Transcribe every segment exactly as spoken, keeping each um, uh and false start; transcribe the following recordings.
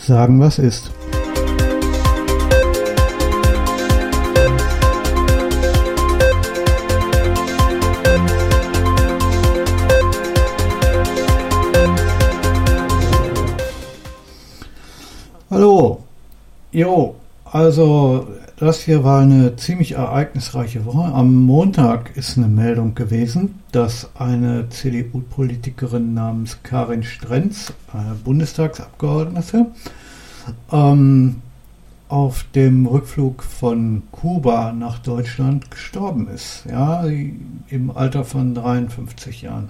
Sagen, was ist. Hallo, jo, also das hier war eine ziemlich ereignisreiche Woche. Am Montag ist eine Meldung gewesen, dass eine C D U-Politikerin namens Karin Strenz, eine Bundestagsabgeordnete, ähm, auf dem Rückflug von Kuba nach Deutschland gestorben ist, ja, im Alter von dreiundfünfzig Jahren.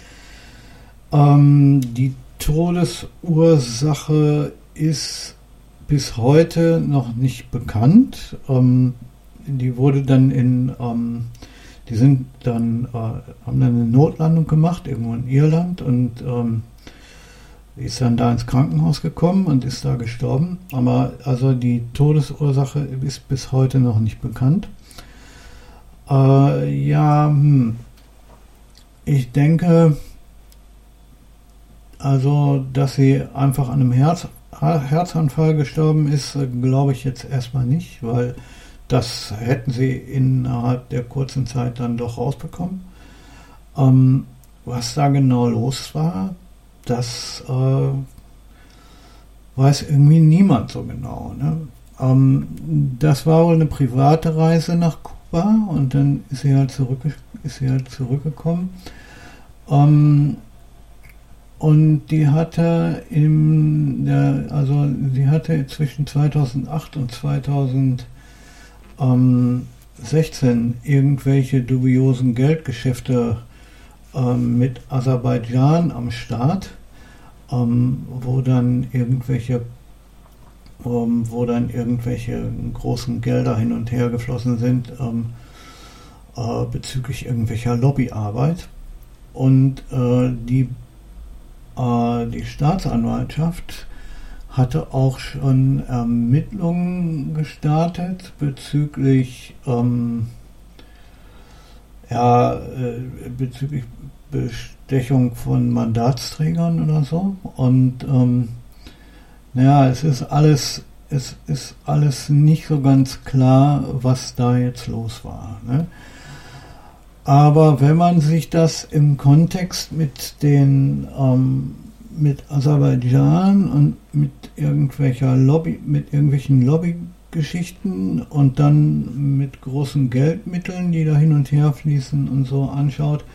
Ähm, die Todesursache ist bis heute noch nicht bekannt. Ähm, die wurde dann in, ähm, die sind dann, äh, haben dann eine Notlandung gemacht, irgendwo in Irland, und ähm, ist dann da ins Krankenhaus gekommen und ist da gestorben. Aber also die Todesursache ist bis heute noch nicht bekannt. Äh, ja, hm. Ich denke, also, dass sie einfach an einem Herz, Herzanfall gestorben ist, glaube ich jetzt erstmal nicht, weil das hätten sie innerhalb der kurzen Zeit dann doch rausbekommen. Ähm, was da genau los war, das äh, weiß irgendwie niemand so genau. Ne? Ähm, das war wohl eine private Reise nach Kuba und dann ist sie halt, zurück, ist sie halt zurückgekommen. Ähm, Und die hatte im, der, also sie hatte zwischen zweitausendacht und zweitausendsechzehn irgendwelche dubiosen Geldgeschäfte ähm, mit Aserbaidschan am Start, ähm, wo dann irgendwelche, ähm, wo dann irgendwelche großen Gelder hin und her geflossen sind ähm, äh, bezüglich irgendwelcher Lobbyarbeit. Und äh, die Die Staatsanwaltschaft hatte auch schon Ermittlungen gestartet bezüglich, ähm, ja, äh, bezüglich Bestechung von Mandatsträgern oder so. Und ähm, naja, es ist alles, es ist alles nicht so ganz klar, was da jetzt los war. Ne? Aber wenn man sich das im Kontext mit den ähm, mit Aserbaidschan und mit irgendwelcher Lobby, mit irgendwelchen Lobbygeschichten und dann mit großen Geldmitteln, die da hin und her fließen und so anschaut,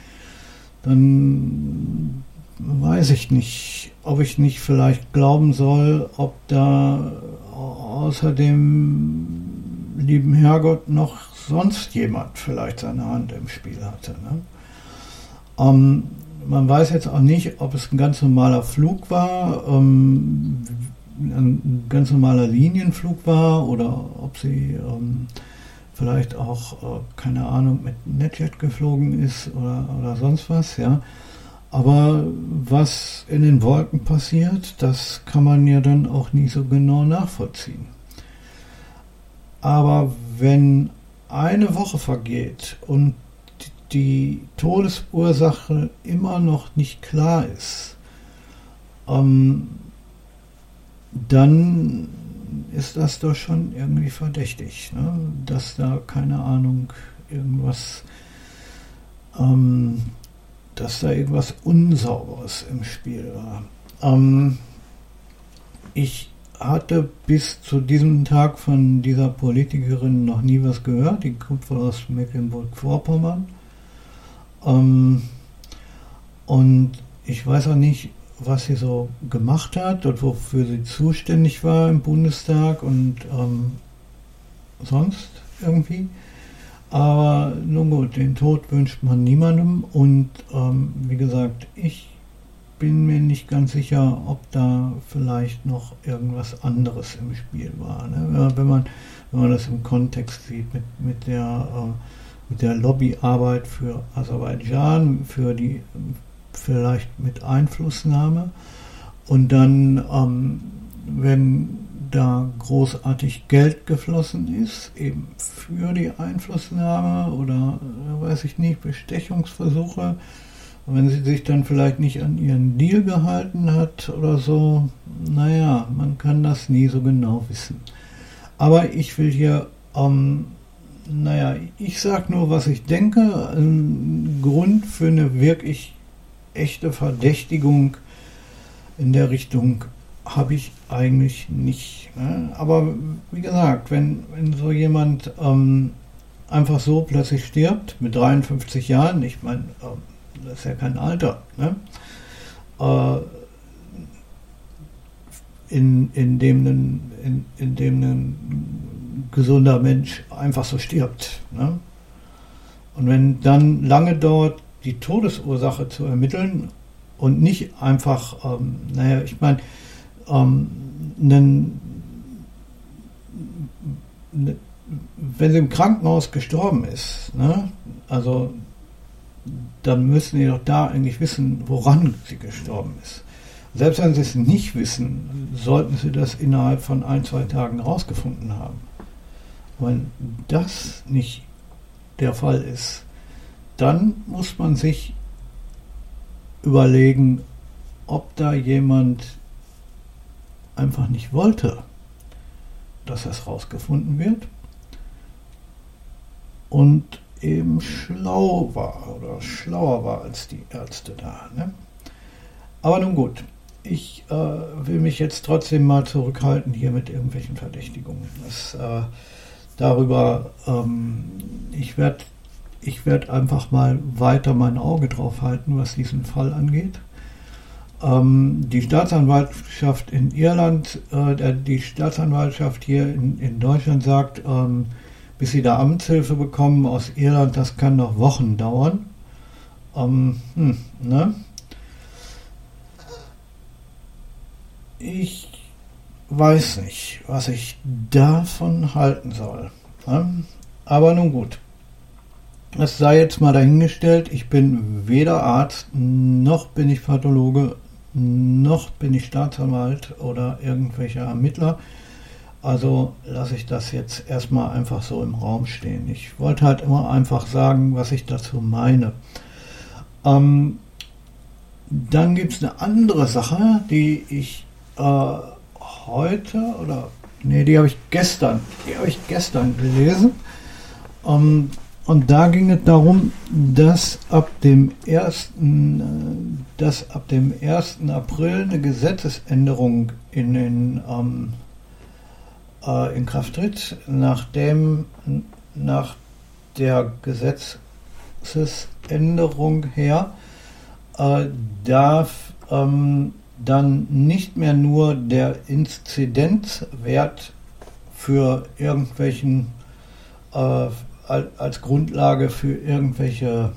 dann weiß ich nicht, ob ich nicht vielleicht glauben soll, ob da außer dem lieben Herrgott noch sonst jemand vielleicht seine Hand im Spiel hatte. Ne? Ähm, man weiß jetzt auch nicht, ob es ein ganz normaler Flug war, ähm, ein ganz normaler Linienflug war oder ob sie ähm, vielleicht auch, äh, keine Ahnung, mit NetJet geflogen ist oder, oder sonst was. Ja. Aber was in den Wolken passiert, das kann man ja dann auch nie so genau nachvollziehen. Aber wenn eine Woche vergeht und die Todesursache immer noch nicht klar ist, ähm, dann ist das doch schon irgendwie verdächtig, ne? Dass da, keine Ahnung, irgendwas, ähm, dass da irgendwas Unsauberes im Spiel war. Ähm, ich hatte bis zu diesem Tag von dieser Politikerin noch nie was gehört. Die kommt wohl aus Mecklenburg-Vorpommern. Ähm, und ich weiß auch nicht, was sie so gemacht hat und wofür sie zuständig war im Bundestag und ähm, sonst irgendwie. Aber nun gut, den Tod wünscht man niemandem. Und ähm, wie gesagt, ich bin mir nicht ganz sicher, ob da vielleicht noch irgendwas anderes im Spiel war. Ne? Wenn man, wenn man das im Kontext sieht mit, mit der, äh, mit der Lobbyarbeit für Aserbaidschan, für die vielleicht mit Einflussnahme und dann, ähm, wenn da großartig Geld geflossen ist, eben für die Einflussnahme oder, äh, weiß ich nicht, Bestechungsversuche wenn sie sich dann vielleicht nicht an ihren Deal gehalten hat oder so, naja, man kann das nie so genau wissen. Aber ich will hier, ähm, naja, ich sag nur, was ich denke. Ein Grund für eine wirklich echte Verdächtigung in der Richtung habe ich eigentlich nicht. Ne? Aber wie gesagt, wenn, wenn so jemand ähm, einfach so plötzlich stirbt, mit dreiundfünfzig Jahren, ich meine, ähm, das ist ja kein Alter, ne? äh, in, in, dem ein, in, in dem ein gesunder Mensch einfach so stirbt. Ne? Und wenn dann lange dauert, die Todesursache zu ermitteln und nicht einfach, ähm, naja, ich meine, ähm, nen, ne, wenn sie im Krankenhaus gestorben ist, ne, also dann müssen die doch da eigentlich wissen, woran sie gestorben ist. Selbst wenn sie es nicht wissen, sollten sie das innerhalb von ein, zwei Tagen rausgefunden haben. Wenn das nicht der Fall ist, dann muss man sich überlegen, ob da jemand einfach nicht wollte, dass das rausgefunden wird und eben schlau war oder schlauer war als die Ärzte da. Ne? Aber nun gut, ich äh, will mich jetzt trotzdem mal zurückhalten hier mit irgendwelchen Verdächtigungen. Das, äh, darüber, ähm, ich werde ich werd einfach mal weiter mein Auge drauf halten, was diesen Fall angeht. Ähm, die Staatsanwaltschaft in Irland, äh, die Staatsanwaltschaft hier in, in Deutschland sagt, ähm, bis sie da Amtshilfe bekommen aus Irland, das kann noch Wochen dauern. Ähm, hm, ne? Ich weiß nicht, was ich davon halten soll. Ne? Aber nun gut. Es sei jetzt mal dahingestellt, ich bin weder Arzt, noch bin ich Pathologe, noch bin ich Staatsanwalt oder irgendwelcher Ermittler. Also lasse ich das jetzt erstmal einfach so im Raum stehen. Ich wollte halt immer einfach sagen, was ich dazu meine. Ähm, dann gibt es eine andere Sache, die ich äh, heute oder nee, die habe ich gestern, die habe ich gestern gelesen. Ähm, Und da ging es darum, dass ab dem ersten, dass ab dem ersten April eine Gesetzesänderung in, den, ähm, äh, in Kraft tritt, nachdem nach der Gesetzesänderung her äh, darf ähm, dann nicht mehr nur der Inzidenzwert für irgendwelchen äh, als Grundlage für irgendwelche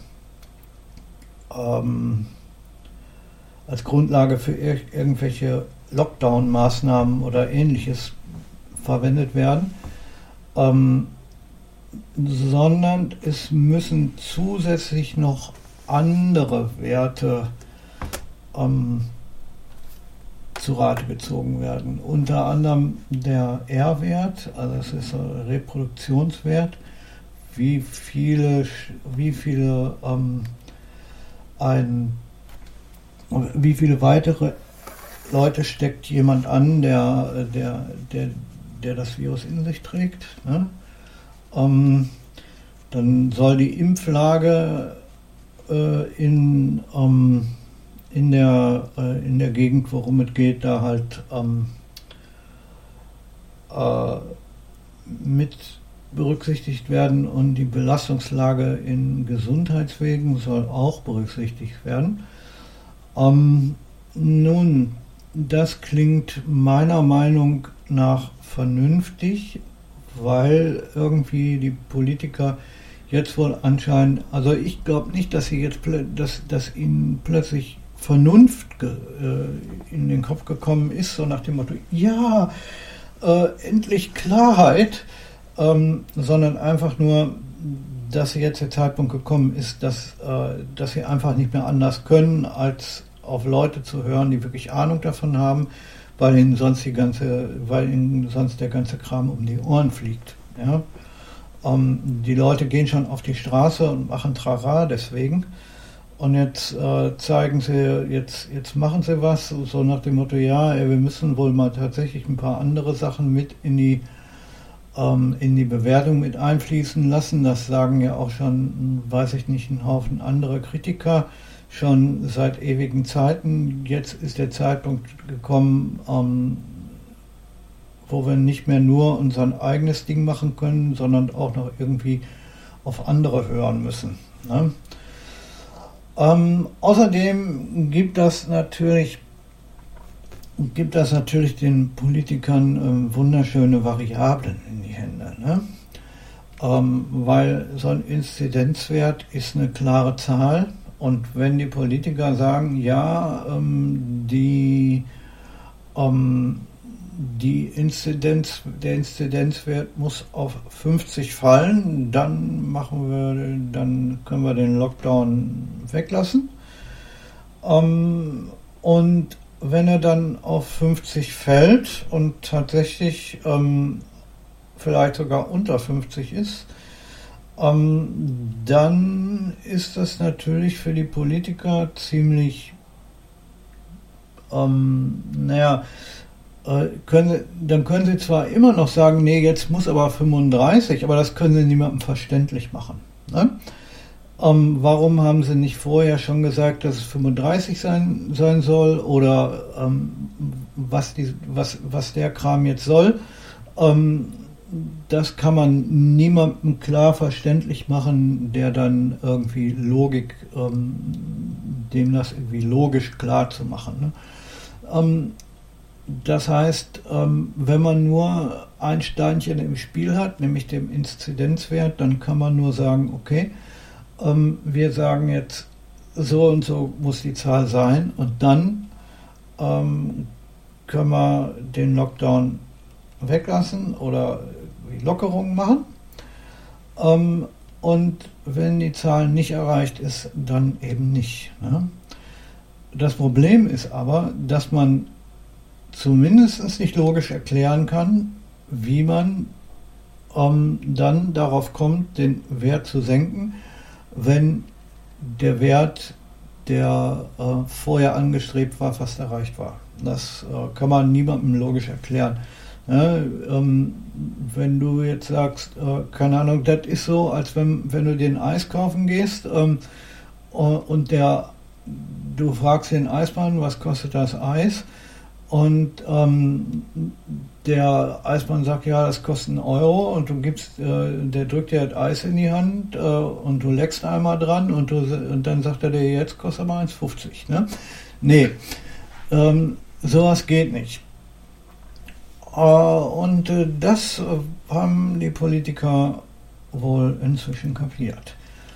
ähm, als Grundlage für ir- irgendwelche Lockdown-Maßnahmen oder ähnliches verwendet werden, ähm, sondern es müssen zusätzlich noch andere Werte ähm, zu Rate gezogen werden. Unter anderem der R-Wert, also das ist ein Reproduktionswert, wie viele, wie viele, ähm, ein, wie viele weitere Leute steckt jemand an, der, der, der, der das Virus in sich trägt. Ne? Ähm, dann soll die Impflage äh, in, ähm, in, der, äh, in der Gegend, worum es geht, da halt ähm, äh, mit berücksichtigt werden, und die Belastungslage in Gesundheitswegen soll auch berücksichtigt werden. Ähm, nun, das klingt meiner Meinung nach vernünftig, weil irgendwie die Politiker jetzt wohl anscheinend, also ich glaube nicht, dass sie jetzt, dass, dass ihnen plötzlich Vernunft ge, äh, in den Kopf gekommen ist, so nach dem Motto, ja, äh, endlich Klarheit, Ähm, sondern einfach nur, dass jetzt der Zeitpunkt gekommen ist, dass, äh, dass sie einfach nicht mehr anders können, als auf Leute zu hören, die wirklich Ahnung davon haben, weil ihnen sonst die ganze, weil ihnen sonst der ganze Kram um die Ohren fliegt. Ja? Ähm, die Leute gehen schon auf die Straße und machen Trara deswegen. und jetzt äh, zeigen sie, jetzt, jetzt machen sie was, so nach dem Motto, ja, ey, wir müssen wohl mal tatsächlich ein paar andere Sachen mit in die, ähm, in die Bewertung mit einfließen lassen. Das sagen ja auch schon, weiß ich nicht, ein Haufen anderer Kritiker schon seit ewigen Zeiten. Jetzt ist der Zeitpunkt gekommen, ähm, wo wir nicht mehr nur unser eigenes Ding machen können, sondern auch noch irgendwie auf andere hören müssen. Ne? Ähm, außerdem gibt das natürlich, gibt das natürlich den Politikern ähm, wunderschöne Variablen in die Hände. Ne? Ähm, weil so ein Inzidenzwert ist eine klare Zahl, und wenn die Politiker sagen, ja, ähm, die ähm, Die Inzidenz, der Inzidenzwert muss auf fünfzig fallen, dann machen wir, dann können wir den Lockdown weglassen. Ähm, und wenn er dann auf fünfzig fällt und tatsächlich ähm, vielleicht sogar unter fünfzig ist, ähm, dann ist das natürlich für die Politiker ziemlich, ähm, naja, Können Sie, dann können Sie zwar immer noch sagen, nee, jetzt muss aber fünfunddreißig, aber das können Sie niemandem verständlich machen. Ne? Ähm, warum haben Sie nicht vorher schon gesagt, dass es fünfunddreißig sein, sein soll, oder ähm, was, die, was, was der Kram jetzt soll? Ähm, das kann man niemandem klar verständlich machen, der dann irgendwie Logik, ähm, dem das irgendwie logisch klar zu machen. Ne? Ähm, Das heißt, wenn man nur ein Steinchen im Spiel hat, nämlich den Inzidenzwert, dann kann man nur sagen, okay, wir sagen jetzt, so und so muss die Zahl sein, und dann können wir den Lockdown weglassen oder Lockerungen machen. Und wenn die Zahl nicht erreicht ist, dann eben nicht. Das Problem ist aber, dass man zumindest nicht logisch erklären kann, wie man ähm, dann darauf kommt, den Wert zu senken, wenn der Wert, der äh, vorher angestrebt war, fast erreicht war. Das äh, kann man niemandem logisch erklären. Ja, ähm, wenn du jetzt sagst, äh, keine Ahnung, das ist so, als wenn, wenn du den Eis kaufen gehst ähm, und der, du fragst den Eismann, was kostet das Eis? Und ähm, der Eismann sagt, ja, das kostet einen Euro, und du gibst, äh, der drückt dir das Eis in die Hand äh, und du leckst einmal dran, und, du, und dann sagt er dir, jetzt kostet aber eins fünfzig. Ne? Nee, ähm, sowas geht nicht. Äh, und äh, das haben die Politiker wohl inzwischen kapiert.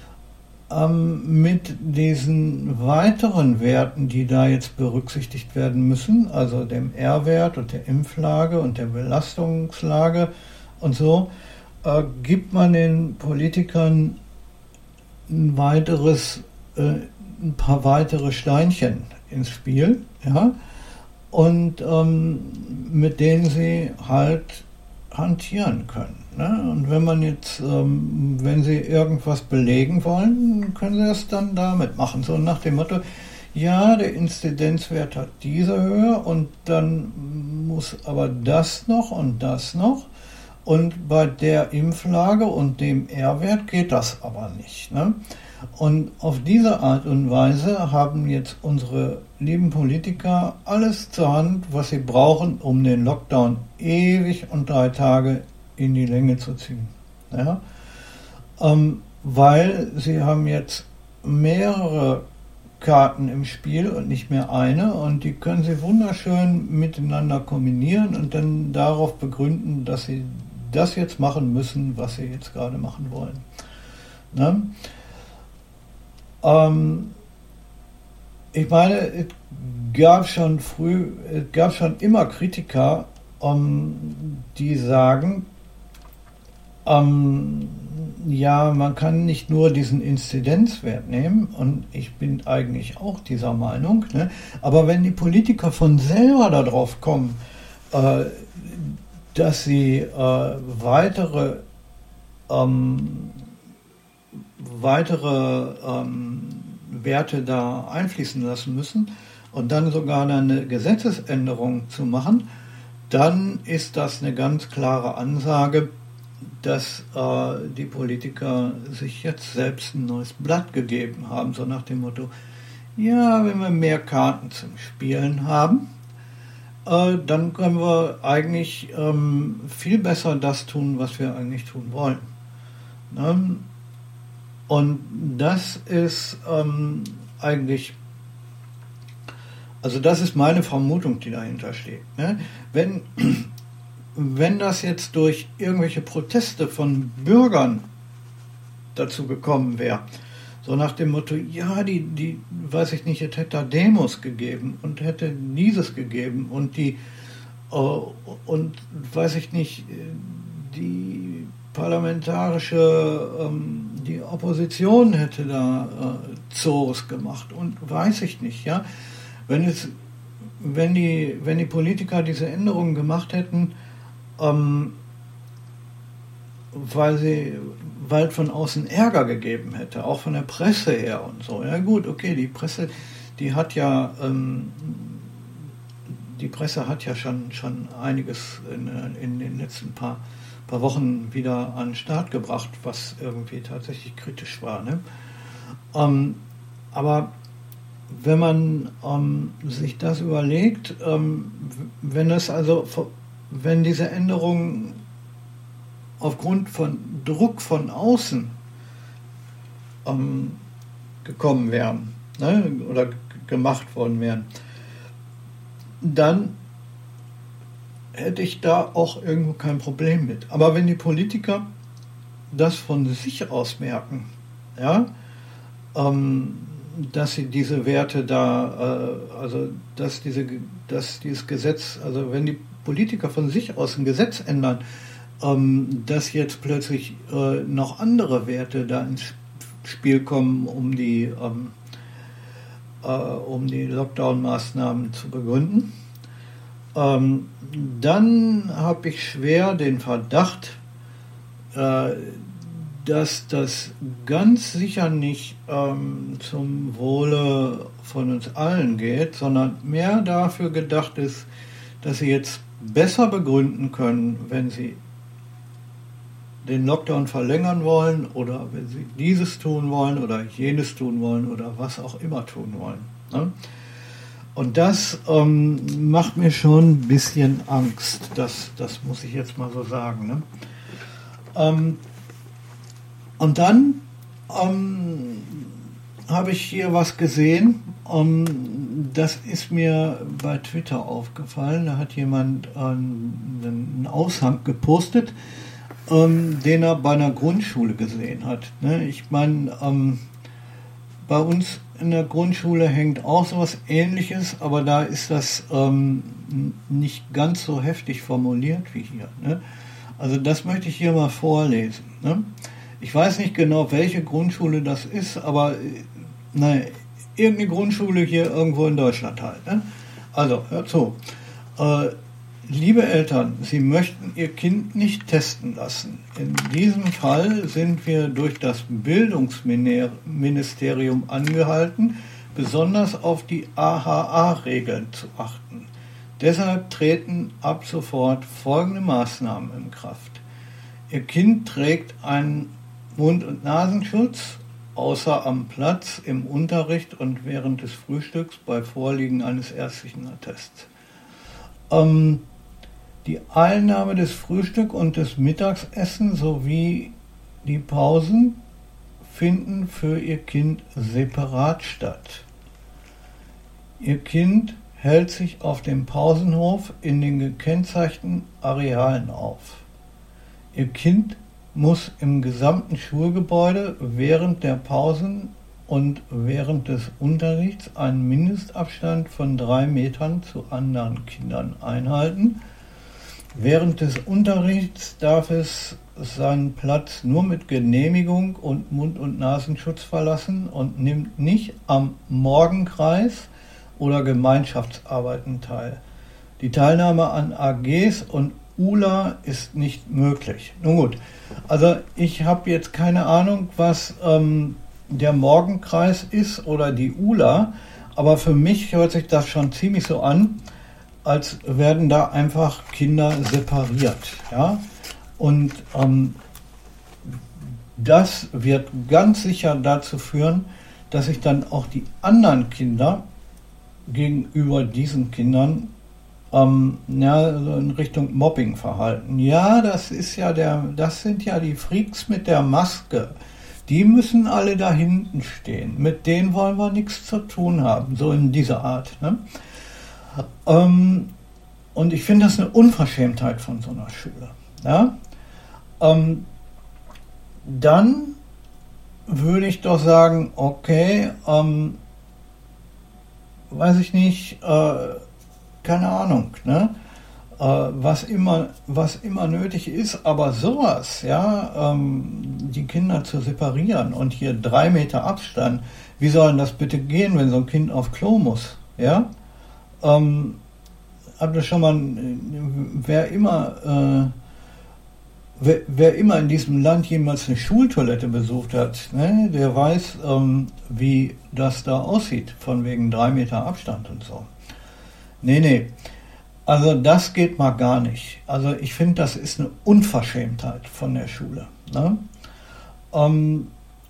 Ähm, mit diesen weiteren Werten, die da jetzt berücksichtigt werden müssen, also dem R-Wert und der Impflage und der Belastungslage und so, äh, gibt man den Politikern ein weiteres, äh, ein paar weitere Steinchen ins Spiel, ja, und ähm, mit denen sie halt hantieren können. Ne? Und wenn man jetzt, ähm, wenn sie irgendwas belegen wollen, können sie das dann damit machen. So nach dem Motto, ja, der Inzidenzwert hat diese Höhe, und dann muss aber das noch und das noch. Und bei der Impflage und dem R-Wert geht das aber nicht. Ne? Und auf diese Art und Weise haben jetzt unsere lieben Politiker alles zur Hand, was sie brauchen, um den Lockdown ewig und drei Tage in die Länge zu ziehen. Ja? Ähm, weil sie haben jetzt mehrere Karten im Spiel und nicht mehr eine, und die können sie wunderschön miteinander kombinieren und dann darauf begründen, dass sie das jetzt machen müssen, was sie jetzt gerade machen wollen. Ne? Ähm, ich meine, es gab schon früh, es gab schon immer Kritiker, um, die sagen, ähm, ja, man kann nicht nur diesen Inzidenzwert nehmen, und ich bin eigentlich auch dieser Meinung, ne? Aber wenn die Politiker von selber darauf kommen, äh, dass sie äh, weitere ähm, weitere ähm, Werte da einfließen lassen müssen und dann sogar eine Gesetzesänderung zu machen, dann ist das eine ganz klare Ansage, dass äh, die Politiker sich jetzt selbst ein neues Blatt gegeben haben, so nach dem Motto, ja, wenn wir mehr Karten zum Spielen haben, äh, dann können wir eigentlich ähm, viel besser das tun, was wir eigentlich tun wollen. Ne? Und das ist ähm, eigentlich, also das ist meine Vermutung, die dahinter steht. Ne? Wenn, wenn das jetzt durch irgendwelche Proteste von Bürgern dazu gekommen wäre, so nach dem Motto, ja, die, die, weiß ich nicht, es hätte da Demos gegeben und hätte dieses gegeben und die, äh, und weiß ich nicht, die parlamentarische, ähm, die Opposition hätte da äh, Zoos gemacht und weiß ich nicht, ja. Wenn es, wenn die, wenn die Politiker diese Änderungen gemacht hätten, ähm, weil sie, weil von außen Ärger gegeben hätte, auch von der Presse her und so. Ja gut, okay, die Presse, die hat ja, ähm, die Presse hat ja schon, schon einiges in, in den letzten paar, paar Wochen wieder an den Start gebracht, was irgendwie tatsächlich kritisch war. Ne? Ähm, aber wenn man ähm, sich das überlegt, ähm, wenn es also, wenn diese Änderungen aufgrund von Druck von außen ähm, gekommen wären, ne, oder g- gemacht worden wären, dann hätte ich da auch irgendwo kein Problem mit. Aber wenn die Politiker das von sich aus merken, ja, ähm, dass sie diese Werte da, äh, also dass diese, dass dieses Gesetz, also wenn die Politiker von sich aus ein Gesetz ändern, ähm, dass jetzt plötzlich äh, noch andere Werte da ins Spiel kommen, um die, ähm, äh, um die Lockdown-Maßnahmen zu begründen, ähm, dann habe ich schwer den Verdacht, äh, dass das ganz sicher nicht ähm, zum Wohle von uns allen geht, sondern mehr dafür gedacht ist, dass sie jetzt besser begründen können, wenn sie den Lockdown verlängern wollen oder wenn sie dieses tun wollen oder jenes tun wollen oder was auch immer tun wollen. Ne? Und das ähm, macht mir schon ein bisschen Angst. Das, das muss ich jetzt mal so sagen. Ne? Ähm, und dann ähm, habe ich hier was gesehen. Um, das ist mir bei Twitter aufgefallen. Da hat jemand einen, einen Aushang gepostet, ähm, den er bei einer Grundschule gesehen hat. Ne? Ich meine, ähm, bei uns in der Grundschule hängt auch sowas Ähnliches, aber da ist das ähm, nicht ganz so heftig formuliert wie hier. Ne? Also das möchte ich hier mal vorlesen. Ne? Ich weiß nicht genau, welche Grundschule das ist, aber naja, irgendeine Grundschule hier irgendwo in Deutschland halt. Ne? Also, hört zu. Äh, liebe Eltern, Sie möchten Ihr Kind nicht testen lassen. In diesem Fall sind wir durch das Bildungsministerium angehalten, besonders auf die A H A-Regeln zu achten. Deshalb treten ab sofort folgende Maßnahmen in Kraft. Ihr Kind trägt einen Mund- und Nasenschutz, außer am Platz, im Unterricht und während des Frühstücks bei Vorliegen eines ärztlichen Attests. Ähm, die Einnahme des Frühstücks und des Mittagessens sowie die Pausen finden für Ihr Kind separat statt. Ihr Kind hält sich auf dem Pausenhof in den gekennzeichneten Arealen auf. Ihr Kind muss im gesamten Schulgebäude während der Pausen und während des Unterrichts einen Mindestabstand von drei Metern zu anderen Kindern einhalten. Während des Unterrichts darf es seinen Platz nur mit Genehmigung und Mund- und Nasenschutz verlassen und nimmt nicht am Morgenkreis oder Gemeinschaftsarbeiten teil. Die Teilnahme an A Gs und U L A ist nicht möglich. Nun gut, also ich habe jetzt keine Ahnung, was, ähm, der Morgenkreis ist oder die U L A, aber für mich hört sich das schon ziemlich so an, als werden da einfach Kinder separiert. Ja? Und ähm, das wird ganz sicher dazu führen, dass sich dann auch die anderen Kinder gegenüber diesen Kindern ähm, ja, so in Richtung Mobbing verhalten. Ja, das ist ja der, das sind ja die Freaks mit der Maske. Die müssen alle da hinten stehen. Mit denen wollen wir nichts zu tun haben. So in dieser Art. Ne? Ähm, und ich finde das eine Unverschämtheit von so einer Schule. Ja? Ähm, dann würde ich doch sagen, okay, ähm, weiß ich nicht, äh, keine Ahnung, ne? Äh, was immer, was immer nötig ist, aber sowas, ja, ähm, die Kinder zu separieren und hier drei Meter Abstand, wie soll denn das bitte gehen, wenn so ein Kind auf Klo muss, ja? Ähm, habt ihr schon mal, wer immer, äh, wer, wer immer in diesem Land jemals eine Schultoilette besucht hat, ne, der weiß, ähm, wie das da aussieht, von wegen drei Meter Abstand und so. Nee, nee. Also das geht mal gar nicht. Also ich finde, das ist eine Unverschämtheit von der Schule. Ne? Ähm,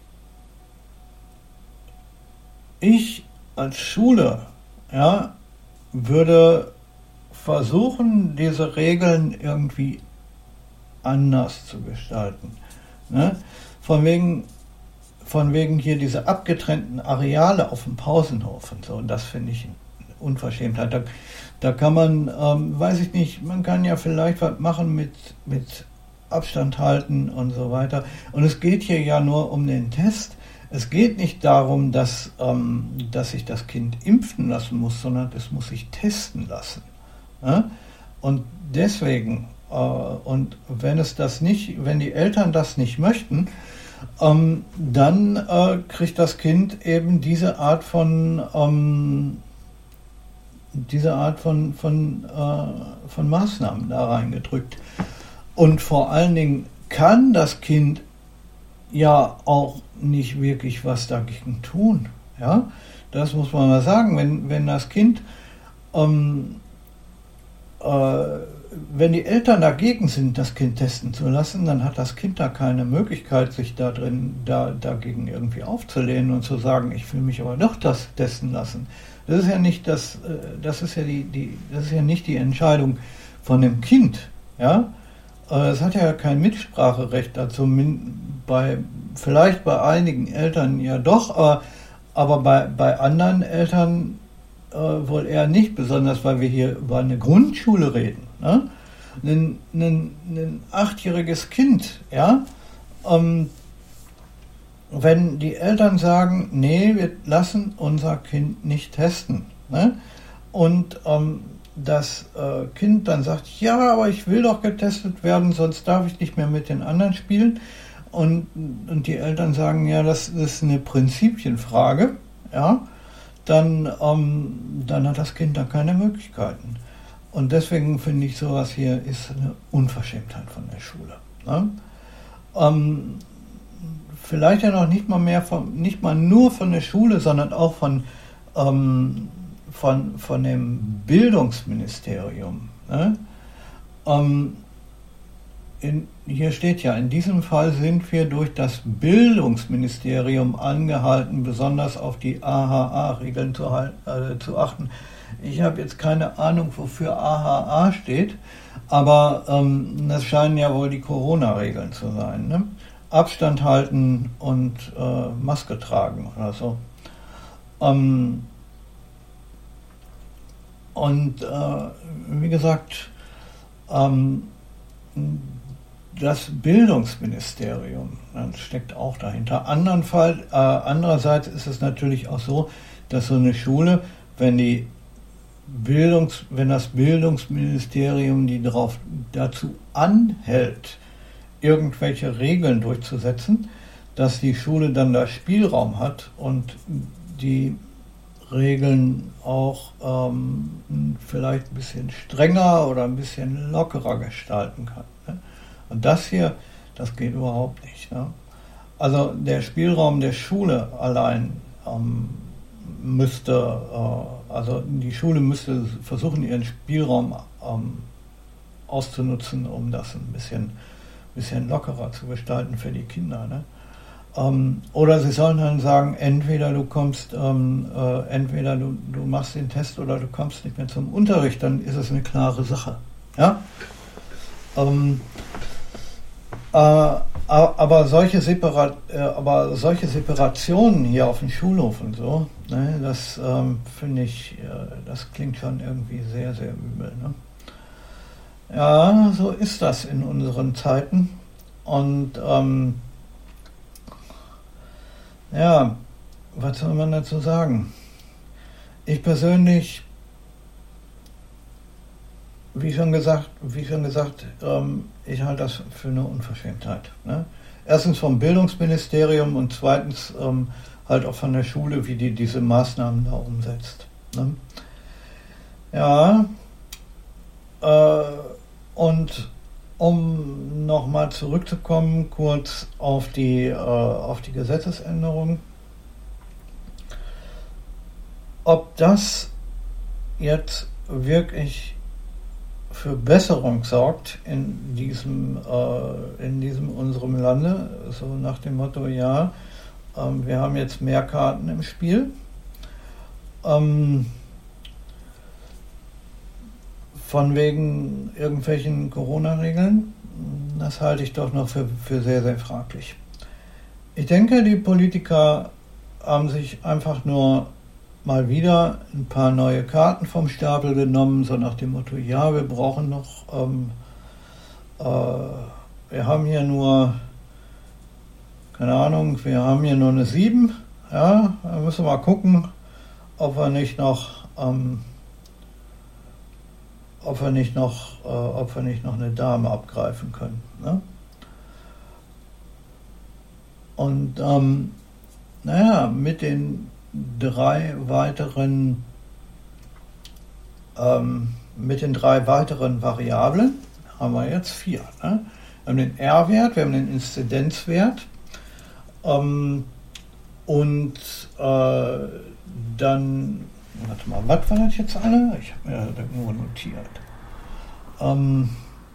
ich als Schule, ja, würde versuchen, diese Regeln irgendwie anders zu gestalten. Ne? Von wegen, von wegen hier diese abgetrennten Areale auf dem Pausenhof und so, und das finde ich Unverschämtheit. Da, da kann man, ähm, weiß ich nicht, man kann ja vielleicht was machen mit, mit Abstand halten und so weiter. Und es geht hier ja nur um den Test. Es geht nicht darum, dass, ähm, dass sich das Kind impfen lassen muss, sondern es muss sich testen lassen. Ja? Und deswegen, äh, und wenn es das nicht, wenn die Eltern das nicht möchten, ähm, dann äh, kriegt das Kind eben diese Art von ähm, diese Art von, von, äh, von Maßnahmen da reingedrückt. Und vor allen Dingen kann das Kind ja auch nicht wirklich was dagegen tun. Ja? Das muss man mal sagen. Wenn, wenn das Kind, ähm, äh, wenn die Eltern dagegen sind, das Kind testen zu lassen, dann hat das Kind da keine Möglichkeit, sich da drin, da, dagegen irgendwie aufzulehnen und zu sagen, ich will mich aber doch das testen lassen. Das ist ja nicht das, das ist ja die, die, das ist ja nicht die Entscheidung von dem Kind, ja. Es hat ja kein Mitspracherecht dazu, bei, vielleicht bei einigen Eltern ja doch, aber, aber bei, bei anderen Eltern äh, wohl eher nicht, besonders weil wir hier über eine Grundschule reden. Ne? Ein, ein, ein achtjähriges Kind, ja, ähm, wenn die Eltern sagen, nee, wir lassen unser Kind nicht testen, ne? Und ähm, das äh, Kind dann sagt, ja, aber ich will doch getestet werden, sonst darf ich nicht mehr mit den anderen spielen. Und, und die Eltern sagen, ja, das ist eine Prinzipienfrage, ja, dann, ähm, dann hat das Kind da keine Möglichkeiten. Und deswegen finde ich, sowas hier ist eine Unverschämtheit von der Schule. Ne? Ähm, vielleicht ja noch nicht mal mehr von, nicht mal nur von der Schule, sondern auch von, ähm, von, von dem Bildungsministerium. Ne? Ähm, in, hier steht ja, in diesem Fall sind wir durch das Bildungsministerium angehalten, besonders auf die A H A-Regeln zu, äh, zu achten. Ich habe jetzt keine Ahnung, wofür A H A steht, aber ähm, das scheinen ja wohl die Corona-Regeln zu sein. Ne? Abstand halten und äh, Maske tragen oder so. Ähm, und äh, wie gesagt, ähm, das Bildungsministerium das steckt auch dahinter. Andernfalls, äh, andererseits ist es natürlich auch so, dass so eine Schule, wenn die Bildungs, wenn das Bildungsministerium die darauf, dazu anhält, irgendwelche Regeln durchzusetzen, dass die Schule dann da Spielraum hat und die Regeln auch ähm, vielleicht ein bisschen strenger oder ein bisschen lockerer gestalten kann. Ne? Und das hier, das geht überhaupt nicht. Ne? Also der Spielraum der Schule allein ähm, müsste, äh, also die Schule müsste versuchen, ihren Spielraum ähm, auszunutzen, um das ein bisschen, bisschen lockerer zu gestalten für die Kinder. Ne? Ähm, oder sie sollen dann sagen, entweder du kommst, ähm, äh, entweder du, du machst den Test oder du kommst nicht mehr zum Unterricht, dann ist es eine klare Sache. Ja? Ähm, äh, aber, solche Separat, äh, aber solche Separationen hier auf dem Schulhof und so, ne, das ähm, finde ich, äh, das klingt schon irgendwie sehr, sehr übel. Ne? Ja, so ist das in unseren Zeiten. Und ähm, ja, was soll man dazu sagen? Ich persönlich, wie schon gesagt, wie schon gesagt, ähm, ich halte das für eine Unverschämtheit. Ne? Erstens vom Bildungsministerium und zweitens ähm, halt auch von der Schule, wie die diese Maßnahmen da umsetzt. Ne? Ja, äh, und um nochmal zurückzukommen, kurz auf die, äh, auf die Gesetzesänderung. Ob das jetzt wirklich für Besserung sorgt in diesem, äh, in diesem unserem Lande, so nach dem Motto, ja, ähm, wir haben jetzt mehr Karten im Spiel. Ähm, Von wegen irgendwelchen Corona-Regeln, das halte ich doch noch für, für sehr, sehr fraglich. Ich denke, die Politiker haben sich einfach nur mal wieder ein paar neue Karten vom Stapel genommen, so nach dem Motto, ja, wir brauchen noch, ähm, äh, wir haben hier nur, keine Ahnung, wir haben hier nur eine sieben, ja, da müssen wir mal gucken, ob wir nicht noch, ähm, ob wir nicht noch, äh, ob wir nicht noch eine Dame abgreifen können. Ne? Und ähm, naja, mit den drei weiteren, ähm, mit den drei weiteren Variablen haben wir jetzt vier. Ne? Wir haben den R-Wert, wir haben den Inzidenzwert ähm, und äh, dann warte mal, was war das jetzt alle? Ich habe mir das nur notiert. Ähm,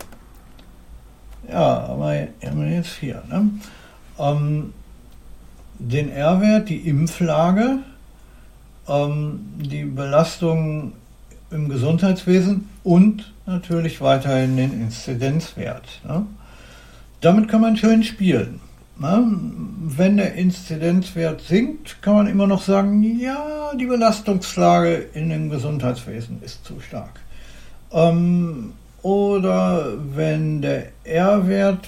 ja, aber haben wir jetzt vier. Ne? Ähm, den R-Wert, die Impflage, ähm, die Belastung im Gesundheitswesen und natürlich weiterhin den Inzidenzwert. Ne? Damit kann man schön spielen. Na, wenn der Inzidenzwert sinkt, kann man immer noch sagen, ja, die Belastungslage in dem Gesundheitswesen ist zu stark. Ähm, oder wenn der R-Wert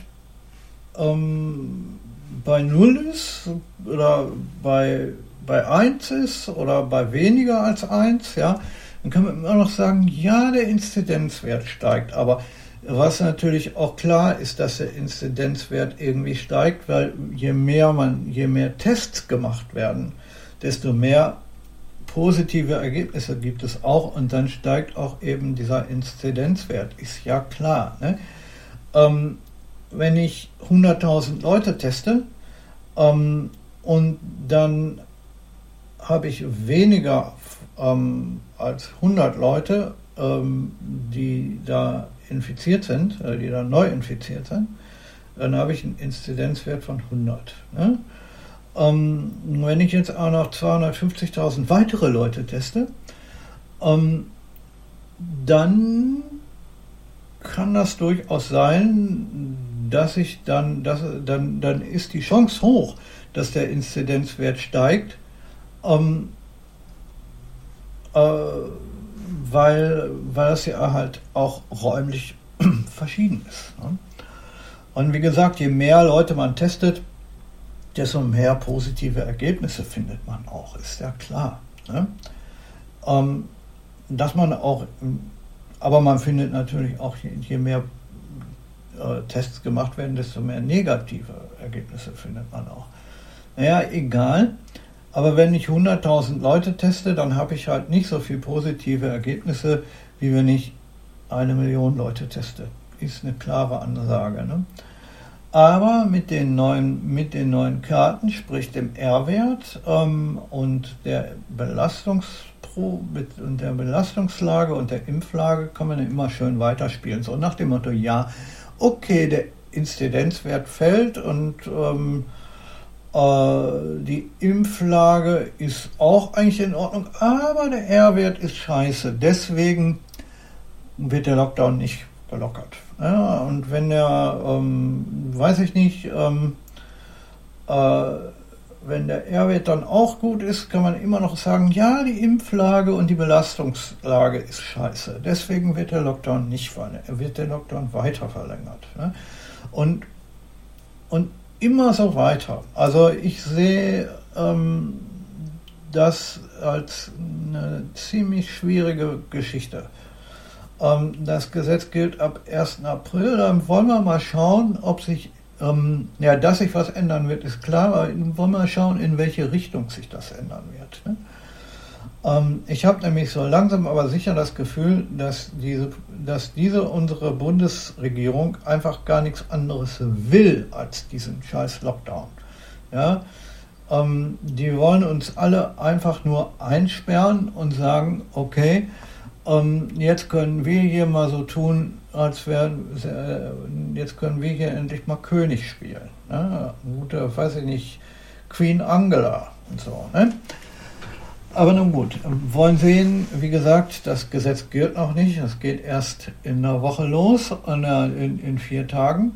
ähm, bei null ist oder bei, bei eins ist oder bei weniger als eins, ja, dann kann man immer noch sagen, ja, der Inzidenzwert steigt, aber was natürlich auch klar ist, dass der Inzidenzwert irgendwie steigt, weil je mehr man, je mehr Tests gemacht werden, desto mehr positive Ergebnisse gibt es auch und dann steigt auch eben dieser Inzidenzwert, ist ja klar. Ne? Ähm, wenn ich hunderttausend Leute teste ähm, und dann habe ich weniger ähm, als hundert Leute, ähm, die da infiziert sind, äh, die dann neu infiziert sind, dann habe ich einen Inzidenzwert von hundert. Ne? Ähm, wenn ich jetzt auch noch zweihundertfünfzigtausend weitere Leute teste, ähm, dann kann das durchaus sein, dass ich dann, dass, dann, dann ist die Chance hoch, dass der Inzidenzwert steigt, ähm, äh, weil, weil das ja halt auch räumlich verschieden ist. Ne? Und wie gesagt, je mehr Leute man testet, desto mehr positive Ergebnisse findet man auch, ist ja klar. Ne? Ähm, dass man auch, aber man findet natürlich auch, je, je mehr äh, Tests gemacht werden, desto mehr negative Ergebnisse findet man auch. Naja, egal. Aber wenn ich hunderttausend Leute teste, dann habe ich halt nicht so viel positive Ergebnisse, wie wenn ich eine Million Leute teste. Ist eine klare Ansage. Ne? Aber mit den neuen, mit den neuen Karten, sprich dem R-Wert ähm, und der Belastungspro mit, und der Belastungslage und der Impflage kann man dann immer schön weiterspielen. So nach dem Motto, ja, okay, der Inzidenzwert fällt und ähm, äh, die Impflage ist auch eigentlich in Ordnung, aber der R-Wert ist scheiße. Deswegen wird der Lockdown nicht gelockert. Ja, und wenn der, ähm, weiß ich nicht, ähm, äh, wenn der R-Wert dann auch gut ist, kann man immer noch sagen, ja, die Impflage und die Belastungslage ist scheiße. Deswegen wird der Lockdown nicht verlängert, wird der Lockdown weiter verlängert. Ne? Und, und immer so weiter. Also ich sehe ähm, das als eine ziemlich schwierige Geschichte. Ähm, das Gesetz gilt ab ersten April. Dann wollen wir mal schauen, ob sich, ähm, ja, dass sich was ändern wird, ist klar, aber wollen wir mal schauen, in welche Richtung sich das ändern wird. Ne? Ähm, ich habe nämlich so langsam aber sicher das Gefühl, dass diese, dass diese unsere Bundesregierung einfach gar nichts anderes will als diesen scheiß Lockdown. Ja? Ähm, die wollen uns alle einfach nur einsperren und sagen, okay, ähm, jetzt können wir hier mal so tun, als wären, äh, jetzt können wir hier endlich mal König spielen. Ne? Gute, weiß ich nicht, Queen Angela und so. Ne? Aber nun gut, wollen sehen, wie gesagt, das Gesetz gilt noch nicht, es geht erst in einer Woche los, in, in vier Tagen.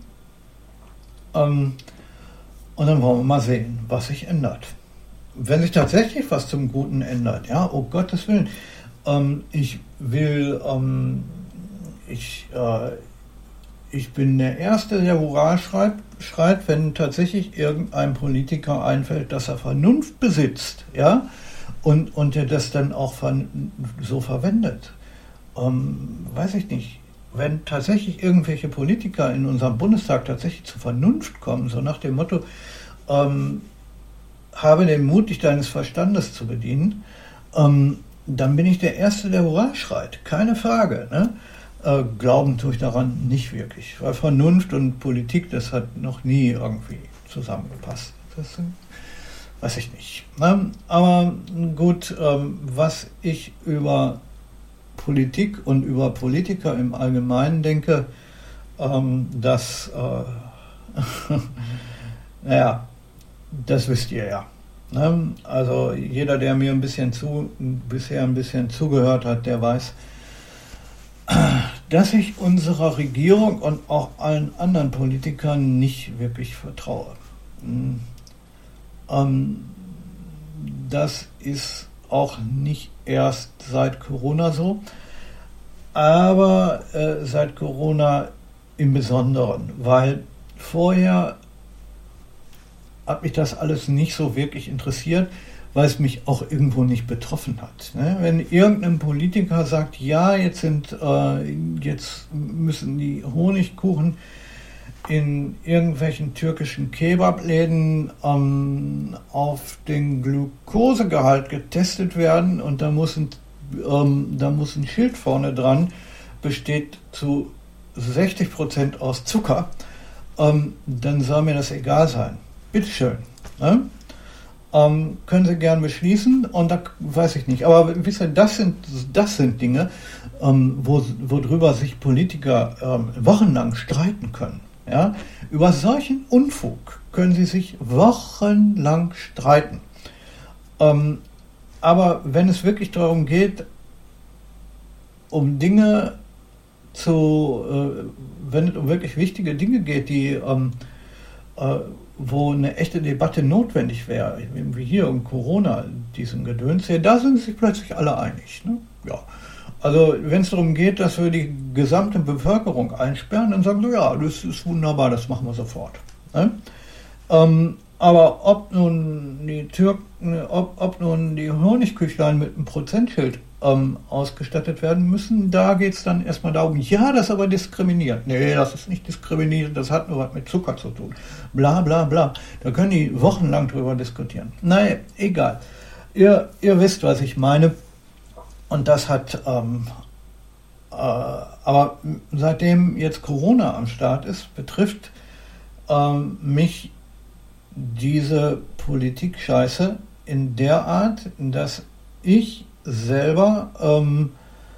Ähm, und dann wollen wir mal sehen, was sich ändert. Wenn sich tatsächlich was zum Guten ändert, ja, oh Gottes Willen, ähm, ich will, ähm, ich, äh, ich bin der Erste, der Hurra schreibt, schreit, wenn tatsächlich irgendein Politiker einfällt, dass er Vernunft besitzt, ja, und, und der das dann auch so verwendet. Ähm, weiß ich nicht. Wenn tatsächlich irgendwelche Politiker in unserem Bundestag tatsächlich zur Vernunft kommen, so nach dem Motto, ähm, habe den Mut, dich deines Verstandes zu bedienen, ähm, dann bin ich der Erste, der Hurra schreit. Keine Frage. Ne? Äh, glauben tue ich daran nicht wirklich. Weil Vernunft und Politik, das hat noch nie irgendwie zusammengepasst. Das weiß ich nicht. Ne? Aber gut, ähm, was ich über Politik und über Politiker im Allgemeinen denke, ähm, das, äh, naja, das wisst ihr ja. Ne? Also jeder, der mir ein bisschen zu, bisher ein bisschen zugehört hat, der weiß, dass ich unserer Regierung und auch allen anderen Politikern nicht wirklich vertraue. Ähm, das ist auch nicht erst seit Corona so, aber äh, seit Corona im Besonderen, weil vorher hat mich das alles nicht so wirklich interessiert, weil es mich auch irgendwo nicht betroffen hat. Ne? Wenn irgendein Politiker sagt, ja, jetzt sind, äh, jetzt müssen die Honigkuchen in irgendwelchen türkischen Kebabläden ähm, auf den Glukosegehalt getestet werden und da muss ein, ähm, da muss ein Schild vorne dran, besteht zu sechzig Prozent aus Zucker, ähm, dann soll mir das egal sein. Bitteschön. Ne? Ähm, können Sie gern beschließen und da weiß ich nicht. Aber wisst ihr, das sind, das sind Dinge, ähm, wo, worüber sich Politiker ähm, wochenlang streiten können. Ja? Über solchen Unfug können sie sich wochenlang streiten. Ähm, aber wenn es wirklich darum geht, um Dinge zu, äh, wenn es um wirklich wichtige Dinge geht, die ähm, äh, wo eine echte Debatte notwendig wäre, wie hier um Corona, diesem Gedöns hier, da sind sich plötzlich alle einig. Ne? Ja. Also wenn es darum geht, dass wir die gesamte Bevölkerung einsperren, dann sagen sie, ja, das ist wunderbar, das machen wir sofort. Ne? Ähm, aber ob nun die Türken, ob, ob nun die Honigküchlein mit einem Prozentschild ähm, ausgestattet werden müssen, da geht es dann erstmal darum, ja, das ist aber diskriminiert. Nee, das ist nicht diskriminiert, das hat nur was mit Zucker zu tun. Bla bla bla. Da können die wochenlang drüber diskutieren. Naja, egal. Ihr, ihr wisst, was ich meine. Und das hat, ähm, äh, aber seitdem jetzt Corona am Start ist, betrifft ähm, mich diese Politik-Scheiße in der Art, dass ich selber, ähm,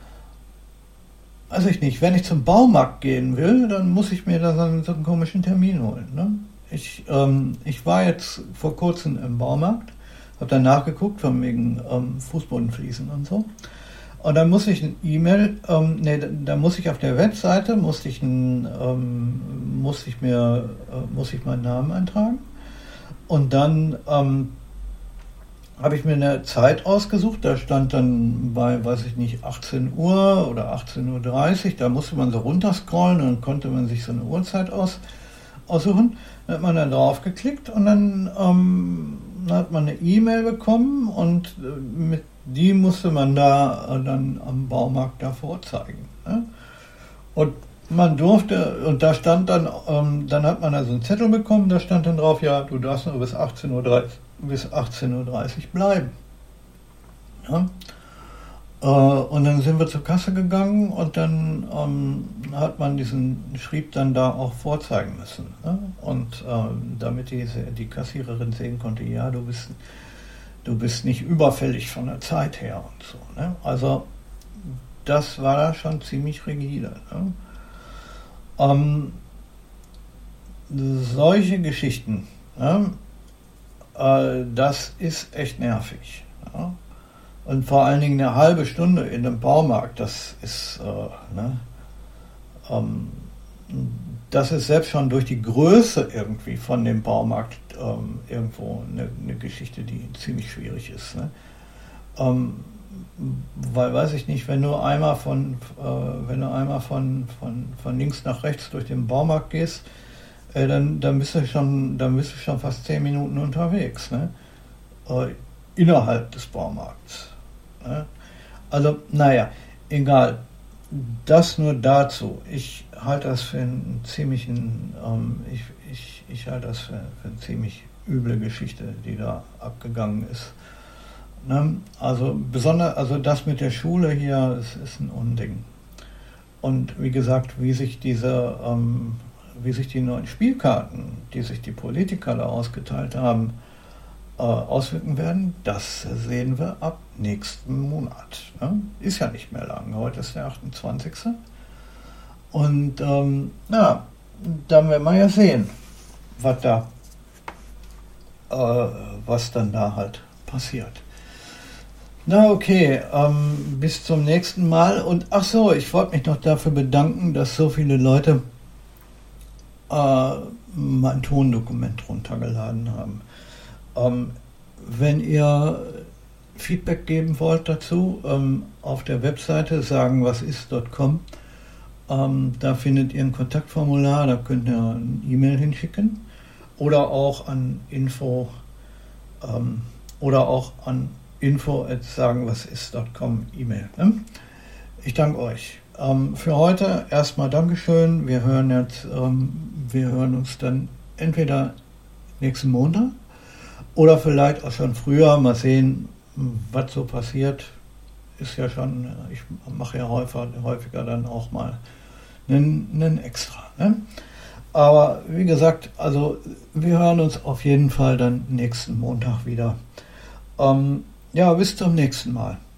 weiß ich nicht, wenn ich zum Baumarkt gehen will, dann muss ich mir da so einen, so einen komischen Termin holen. Ne? Ich, ähm, ich war jetzt vor kurzem im Baumarkt, habe dann nachgeguckt, von wegen ähm, Fußbodenfliesen und so. Und dann muss ich ein E-Mail, ähm, nee, da muss ich auf der Webseite, musste ich, ein, ähm, musste ich mir, äh, muss ich meinen Namen eintragen. Und dann ähm, habe ich mir eine Zeit ausgesucht, da stand dann bei, weiß ich nicht, achtzehn Uhr oder achtzehn Uhr dreißig, da musste man so runterscrollen und dann konnte man sich so eine Uhrzeit aus, aussuchen. Dann hat man da drauf geklickt und dann, ähm, dann hat man eine E-Mail bekommen und mit die musste man da äh, dann am Baumarkt da vorzeigen. Ne? Und man durfte, und da stand dann, ähm, dann hat man also einen Zettel bekommen, da stand dann drauf, ja, du darfst nur bis achtzehn Uhr dreißig, bis achtzehn Uhr dreißig bleiben. Ja? Äh, und dann sind wir zur Kasse gegangen und dann ähm, hat man diesen Schrieb dann da auch vorzeigen müssen. Ne? Und äh, damit die, die Kassiererin sehen konnte, ja, du bist du bist nicht überfällig von der Zeit her und so. Ne? Also das war da schon ziemlich rigide. Ne? Ähm, solche Geschichten, ne? äh, das ist echt nervig. Ja? Und vor allen Dingen eine halbe Stunde in einem Baumarkt, das ist, äh, ne? ähm, das ist selbst schon durch die Größe irgendwie von dem Baumarkt ähm, irgendwo eine, eine Geschichte, die ziemlich schwierig ist. Ne? Ähm, weil, weiß ich nicht, wenn du einmal von, äh, wenn du einmal von, von, von links nach rechts durch den Baumarkt gehst, äh, dann, dann, bist du schon, dann bist du schon fast zehn Minuten unterwegs. Ne? Äh, innerhalb des Baumarkts. Ne? Also, naja, egal. Das nur dazu. Ich halte das für einen ziemlichen, ähm, ich, ich, ich halte das für, für eine ziemlich üble Geschichte, die da abgegangen ist. Ne? Also besonders, also das mit der Schule hier ist, ist ein Unding. Und wie gesagt, wie sich diese, ähm, wie sich die neuen Spielkarten, die sich die Politiker da ausgeteilt haben, äh, auswirken werden, das sehen wir ab nächsten Monat. Ne? Ist ja nicht mehr lang. Heute ist der achtundzwanzigste Und ähm, ja, dann werden wir ja sehen, was da, äh, was dann da halt passiert. Na okay, ähm, bis zum nächsten Mal. Und ach so, ich wollte mich noch dafür bedanken, dass so viele Leute äh, mein Tondokument runtergeladen haben. Ähm, wenn ihr Feedback geben wollt dazu, ähm, auf der Webseite sagen was ist Punkt com, ähm, da findet ihr ein Kontaktformular, da könnt ihr eine E-Mail hinschicken oder auch an Info ähm, oder auch an info at sagen was ist Punkt com E-Mail. Ne? Ich danke euch. Ähm, für heute erstmal Dankeschön. Wir hören jetzt, ähm, wir hören uns dann entweder nächsten Montag oder vielleicht auch schon früher. Mal sehen, was so passiert. Ist ja schon, ich mache ja häufiger, häufiger dann auch mal einen, einen Extra. Ne? Aber wie gesagt, also wir hören uns auf jeden Fall dann nächsten Montag wieder. Ähm, ja, bis zum nächsten Mal.